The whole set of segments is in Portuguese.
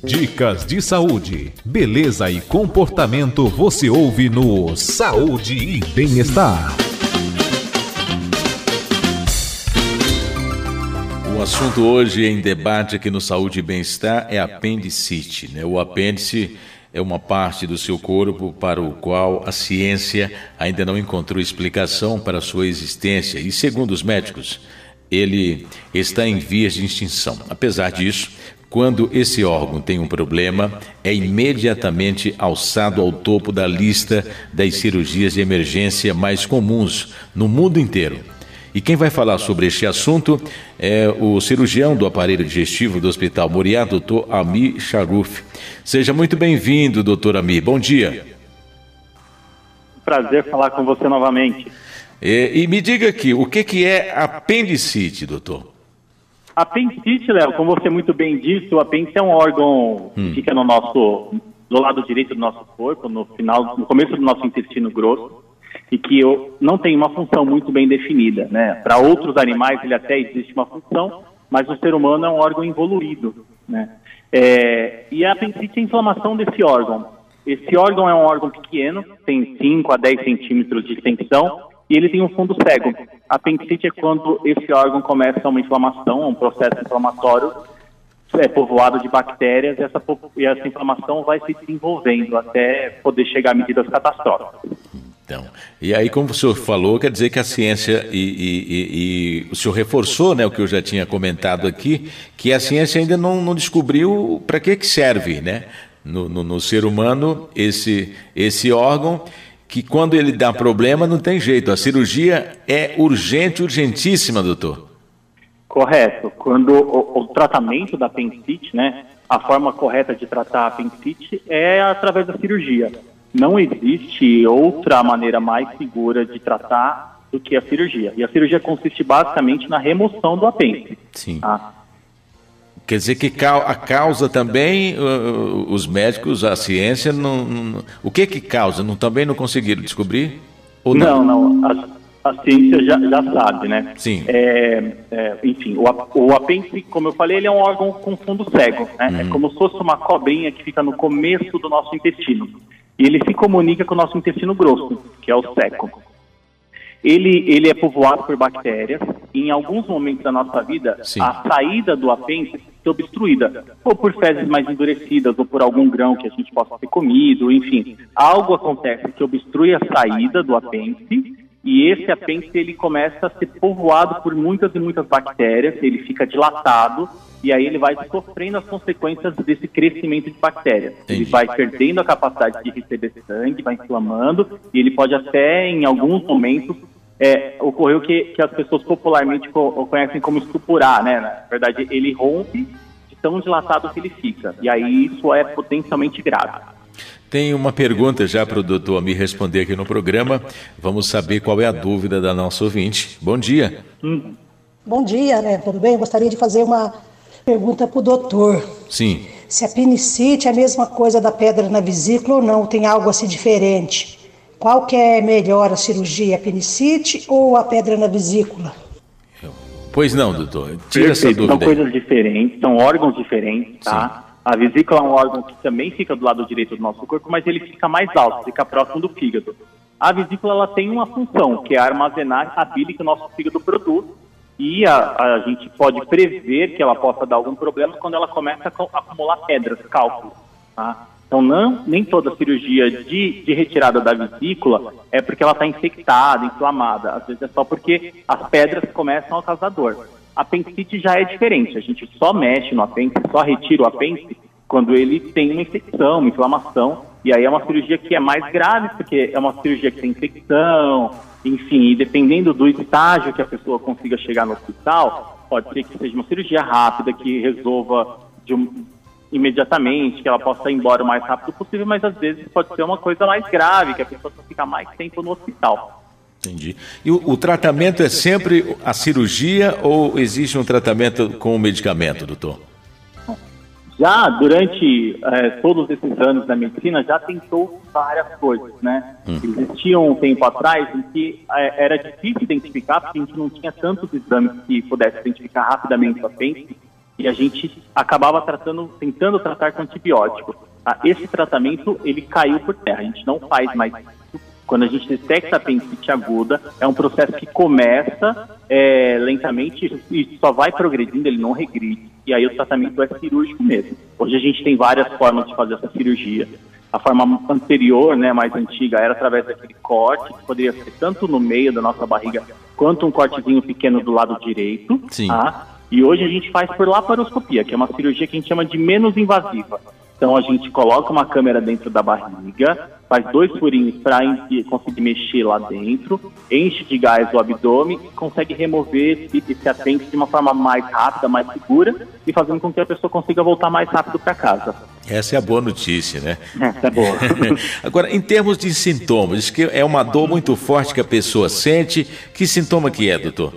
Dicas de saúde, beleza e comportamento você ouve no Saúde e Bem-Estar. O assunto hoje em debate aqui no Saúde e Bem-Estar é apendicite, né? O apêndice é uma parte do seu corpo para o qual a ciência ainda não encontrou explicação para a sua existência e, segundo os médicos, ele está em vias de extinção. Apesar disso, quando esse órgão tem um problema, é imediatamente alçado ao topo da lista das cirurgias de emergência mais comuns no mundo inteiro. E quem vai falar sobre este assunto é o cirurgião do aparelho digestivo do Hospital Moriá, Dr. Amir Sharuf. Seja muito bem-vindo, Dr. Amir. Bom dia. Prazer falar com você novamente. E me diga aqui, o que é apendicite, doutor? Apendicite, Léo, como você muito bem disse, o apêndice é um órgão que fica do lado direito do nosso corpo, no começo do nosso intestino grosso, e que não tem uma função muito bem definida, né? Para outros animais ele até existe uma função, mas o ser humano é um órgão involuído, né? E a apendicite é a inflamação desse órgão. Esse órgão é um órgão pequeno, tem 5 a 10 centímetros de extensão, e ele tem um fundo cego. A apendicite é quando esse órgão começa uma inflamação, um processo inflamatório, povoado de bactérias, e essa inflamação vai se desenvolvendo até poder chegar a medidas catastróficas. Então, e aí, como o senhor falou, quer dizer que a ciência, e o senhor reforçou, né, o que eu já tinha comentado aqui, que a ciência ainda não descobriu para que serve, né, no ser humano, esse órgão, que quando ele dá problema não tem jeito, a cirurgia é urgentíssima, doutor. Correto. Quando o tratamento da apendicite, né, a forma correta de tratar a apendicite é através da cirurgia. Não existe outra maneira mais segura de tratar do que a cirurgia. E a cirurgia consiste basicamente na remoção do apêndice. Sim. Tá? Quer dizer que a causa também, os médicos, a ciência, o que causa? Também não conseguiram descobrir? Ou não. A ciência já sabe, né? Sim. Enfim, o apêndice, como eu falei, ele é um órgão com fundo cego, né? É como se fosse uma cobrinha que fica no começo do nosso intestino. E ele se comunica com o nosso intestino grosso, que é o ceco. Ele é povoado por bactérias e em alguns momentos da nossa vida, sim, a saída do apêndice é obstruída, ou por fezes mais endurecidas, ou por algum grão que a gente possa ter comido, enfim. Algo acontece que obstrui a saída do apêndice e esse apêndice ele começa a ser povoado por muitas e muitas bactérias, ele fica dilatado e aí ele vai sofrendo as consequências desse crescimento de bactérias. Entendi. Ele vai perdendo a capacidade de receber sangue, vai inflamando e ele pode até, em alguns momentos, ocorrer o que as pessoas popularmente conhecem como estupurar, né? Na verdade, ele rompe de tão dilatado que ele fica. E aí isso é potencialmente grave. Tem uma pergunta já para o doutor Amir responder aqui no programa. Vamos saber qual é a dúvida da nossa ouvinte. Bom dia. Bom dia, né? Tudo bem? Gostaria de fazer uma pergunta para o doutor. Sim. Se a apendicite é a mesma coisa da pedra na vesícula ou não? Tem algo assim diferente? Qual que é melhor, a cirurgia, a apendicite ou a pedra na vesícula? Pois não, doutor. Tira essa dúvida. São coisas diferentes, são órgãos diferentes, tá? Sim. A vesícula é um órgão que também fica do lado direito do nosso corpo, mas ele fica mais alto, fica próximo do fígado. A vesícula ela tem uma função, que é armazenar a bile que o nosso fígado produz, e a gente pode prever que ela possa dar algum problema quando ela começa a acumular pedras, cálculos, tá? Então, nem toda cirurgia de retirada da vesícula é porque ela está infectada, inflamada. Às vezes é só porque as pedras começam a causar dor. A apendicite já é diferente. A gente só mexe no apêndice, só retira o apêndice quando ele tem uma infecção, uma inflamação. E aí é uma cirurgia que é mais grave, porque é uma cirurgia que tem infecção, enfim. E dependendo do estágio que a pessoa consiga chegar no hospital, pode ser que seja uma cirurgia rápida, que resolva imediatamente, que ela possa ir embora o mais rápido possível, mas às vezes pode ser uma coisa mais grave, que a pessoa fica mais tempo no hospital. Entendi. E o tratamento é sempre a cirurgia ou existe um tratamento com medicamento, doutor? Já durante todos esses anos da medicina, já tentou várias coisas, né? Existia um tempo atrás em que era difícil identificar, porque a gente não tinha tantos exames que pudesse identificar rapidamente o apêndice. e a gente acabava tentando tratar com antibiótico. Tá? Esse tratamento, ele caiu por terra, a gente não faz mais isso. Quando a gente detecta a apendicite aguda, é um processo que começa lentamente e só vai progredindo, ele não regride. E aí o tratamento é cirúrgico mesmo. Hoje a gente tem várias formas de fazer essa cirurgia. A forma anterior, né, mais antiga, era através daquele corte, que poderia ser tanto no meio da nossa barriga, quanto um cortezinho pequeno do lado direito. Sim. Tá? E hoje a gente faz por laparoscopia, que é uma cirurgia que a gente chama de menos invasiva. Então a gente coloca uma câmera dentro da barriga, faz 2 furinhos para conseguir mexer lá dentro, enche de gás o abdômen e consegue remover esse apêndice de uma forma mais rápida, mais segura e fazendo com que a pessoa consiga voltar mais rápido para casa. Essa é a boa notícia, né? Essa é boa. Agora, em termos de sintomas, diz que é uma dor muito forte que a pessoa sente. Que sintoma que é, doutor?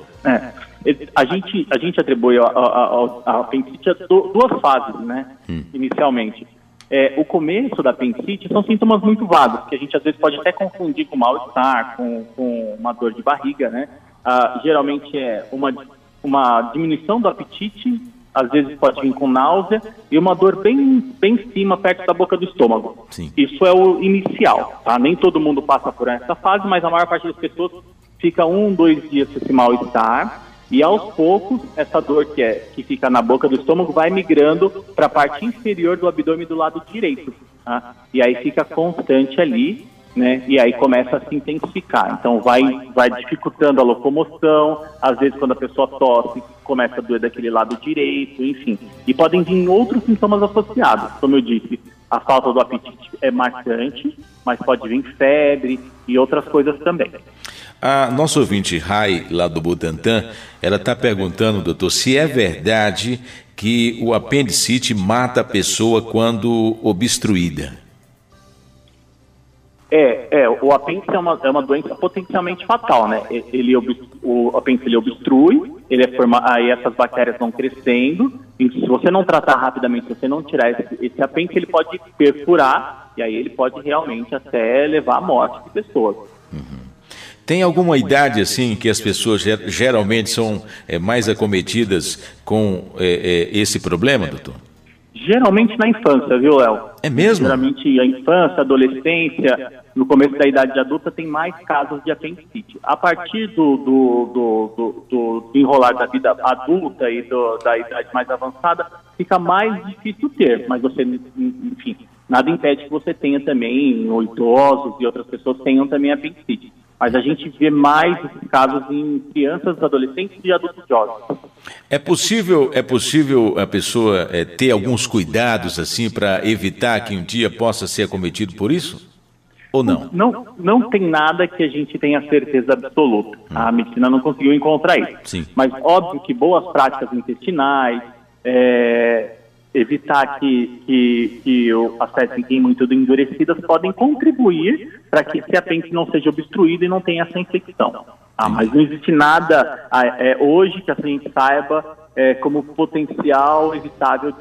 A gente atribui a apendicite a 2 fases, né? Inicialmente. O começo da apendicite são sintomas muito vagos, que a gente às vezes pode até confundir com mal-estar, com uma dor de barriga, né? Geralmente é uma diminuição do apetite, às vezes pode vir com náusea e uma dor bem em cima, perto da boca do estômago. Sim. Isso é o inicial, tá? Nem todo mundo passa por essa fase, mas a maior parte das pessoas fica 1-2 dias com esse mal-estar. E aos poucos, essa dor que fica na boca do estômago vai migrando para a parte inferior do abdômen do lado direito. Tá? E aí fica constante ali, né? E aí começa a se intensificar. Então vai dificultando a locomoção, às vezes quando a pessoa tosse, começa a doer daquele lado direito, enfim. E podem vir outros sintomas associados, como eu disse. A falta do apetite é marcante, mas pode vir febre e outras coisas também. A nossa ouvinte Rai, lá do Butantã, ela está perguntando, doutor, se é verdade que o apendicite mata a pessoa quando obstruída. O apêndice é uma doença potencialmente fatal, né? O apêndice obstrui, aí essas bactérias vão crescendo, e se você não tratar rapidamente, se você não tirar esse apêndice, ele pode perfurar, e aí ele pode realmente até levar à morte de pessoas. Tem alguma idade assim que as pessoas geralmente são mais acometidas com esse problema, doutor? Geralmente na infância, viu, Léo? É mesmo? Geralmente a infância, adolescência, no começo da idade adulta tem mais casos de apendicite. A partir do enrolar da vida adulta e da idade mais avançada, fica mais difícil ter, mas você, enfim, nada impede que você tenha também, ou idosos e outras pessoas tenham também apendicite. Mas a gente vê mais esses casos em crianças, adolescentes e adultos jovens. É possível a pessoa ter alguns cuidados assim para evitar que um dia possa ser acometido por isso? Ou não? Não tem nada que a gente tenha certeza absoluta. A medicina não conseguiu encontrar isso. Sim. Mas óbvio que boas práticas intestinais, evitar que as fezes fiquem muito endurecidas podem contribuir para que esse apêndice não seja obstruído e não tenha essa infecção. Mas não existe nada hoje que a gente saiba como potencial evitável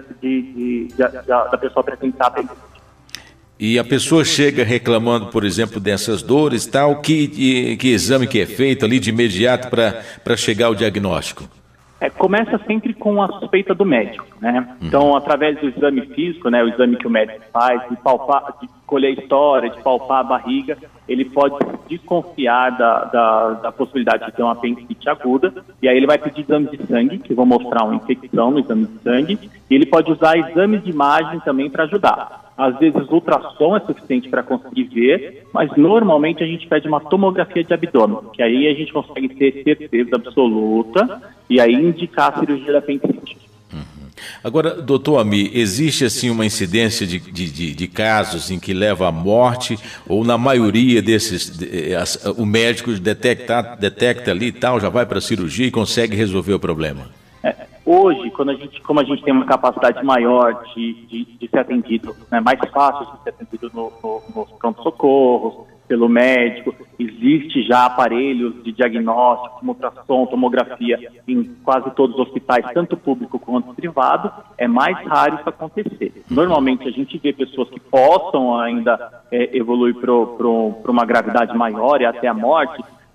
da pessoa apresentar apendicite. E a pessoa chega reclamando, por exemplo, dessas dores, tal, que exame que é feito ali de imediato para chegar ao diagnóstico? Começa sempre com a suspeita do médico, né? Então, através do exame físico, né, o exame que o médico faz, de colher a história, de palpar a barriga, ele pode desconfiar da possibilidade de ter uma apendicite aguda, e aí ele vai pedir exames de sangue, que vão mostrar uma infecção no exame de sangue, e ele pode usar exames de imagem também para ajudar. Às vezes o ultrassom é suficiente para conseguir ver, mas normalmente a gente pede uma tomografia de abdômen, que aí a gente consegue ter certeza absoluta e aí indicar a cirurgia da apendicite. Agora, doutor Ami, existe assim uma incidência de casos em que leva à morte, ou na maioria desses, o médico detecta ali e tal, já vai para a cirurgia e consegue resolver o problema? Hoje, como a gente tem uma capacidade maior de ser atendido, né, mais fácil de ser atendido nos pronto-socorros, pelo médico, existe já aparelhos de diagnóstico, como ultrassom, tomografia, em quase todos os hospitais, tanto público quanto privado, é mais raro isso acontecer. Normalmente a gente vê pessoas que possam ainda evoluir para uma gravidade maior e até a morte,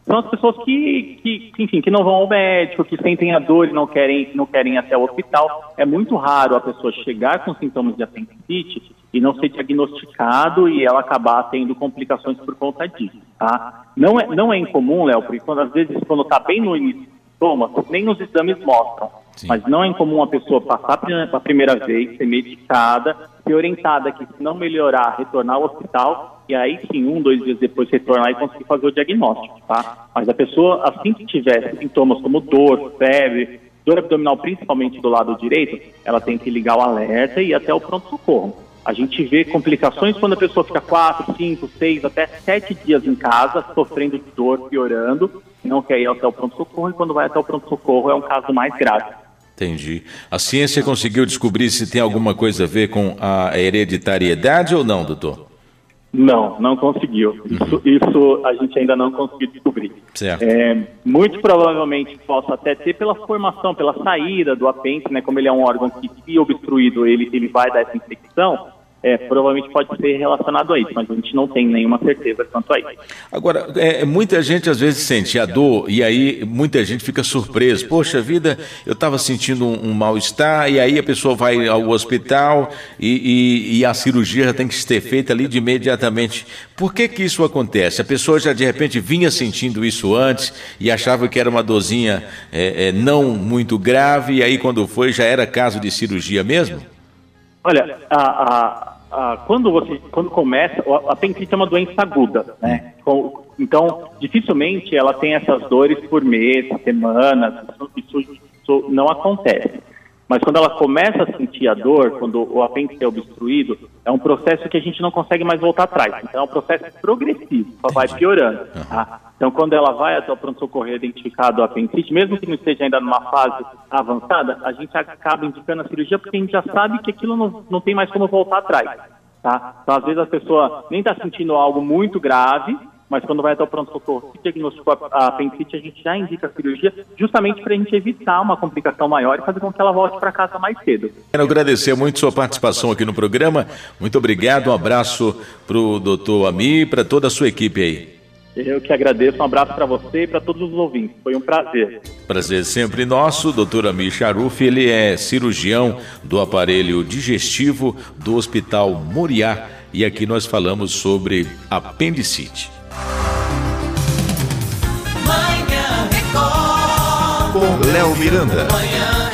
são as pessoas que não vão ao médico, que sentem a dor e não querem ir até o hospital. É muito raro a pessoa chegar com sintomas de apendicite e não ser diagnosticado e ela acabar tendo complicações por conta disso, tá? Não é incomum, Léo, porque às vezes quando está bem no início dos sintomas, nem os exames mostram. Sim. Mas não é incomum a pessoa passar pela primeira vez, ser medicada, ser orientada que se não melhorar, retornar ao hospital e aí sim, 1-2 dias depois retornar e conseguir fazer o diagnóstico, tá? Mas a pessoa, assim que tiver sintomas como dor, febre, dor abdominal, principalmente do lado direito, ela tem que ligar o alerta e ir até o pronto-socorro. A gente vê complicações quando a pessoa fica 4, 5, 6, até 7 dias em casa, sofrendo de dor, piorando, não quer ir até o pronto-socorro, e quando vai até o pronto-socorro é um caso mais grave. Entendi. A ciência conseguiu descobrir se tem alguma coisa a ver com a hereditariedade ou não, doutor? Não conseguiu. Isso a gente ainda não conseguiu descobrir. Certo. Muito provavelmente possa até ter pela formação, pela saída do apêndice, né? Como ele é um órgão que, se obstruído, ele vai dar essa infecção. Provavelmente pode ser relacionado a isso, mas a gente não tem nenhuma certeza quanto a isso. Agora, muita gente às vezes sente a dor e aí muita gente fica surpresa. Poxa vida, eu estava sentindo um mal-estar e aí a pessoa vai ao hospital e a cirurgia já tem que ser feita ali de imediatamente. Por que isso acontece? A pessoa já de repente vinha sentindo isso antes e achava que era uma dorzinha não muito grave e aí quando foi já era caso de cirurgia mesmo? Olha, quando começa, a apendicite é uma doença aguda, né? Então, dificilmente ela tem essas dores por meses, semanas, isso não acontece. Mas quando ela começa a sentir a dor, quando o apêndice é obstruído, é um processo que a gente não consegue mais voltar atrás. Então é um processo progressivo, só vai piorando. Tá? Então quando ela vai até o pronto-socorro identificado a apendicite, mesmo que não esteja ainda numa fase avançada, a gente acaba indicando a cirurgia porque a gente já sabe que aquilo não tem mais como voltar atrás. Tá? Então às vezes a pessoa nem está sentindo algo muito grave, mas quando vai até o pronto-socorro, se diagnosticou a apendicite, a gente já indica a cirurgia justamente para a gente evitar uma complicação maior e fazer com que ela volte para casa mais cedo. Quero agradecer muito sua participação aqui no programa. Muito obrigado, um abraço para o doutor Ami e para toda a sua equipe aí. Eu que agradeço, um abraço para você e para todos os ouvintes, foi um prazer. Prazer sempre nosso, doutor Ami Charuf, ele é cirurgião do aparelho digestivo do Hospital Moriá e aqui nós falamos sobre apendicite. Com Léo Miranda.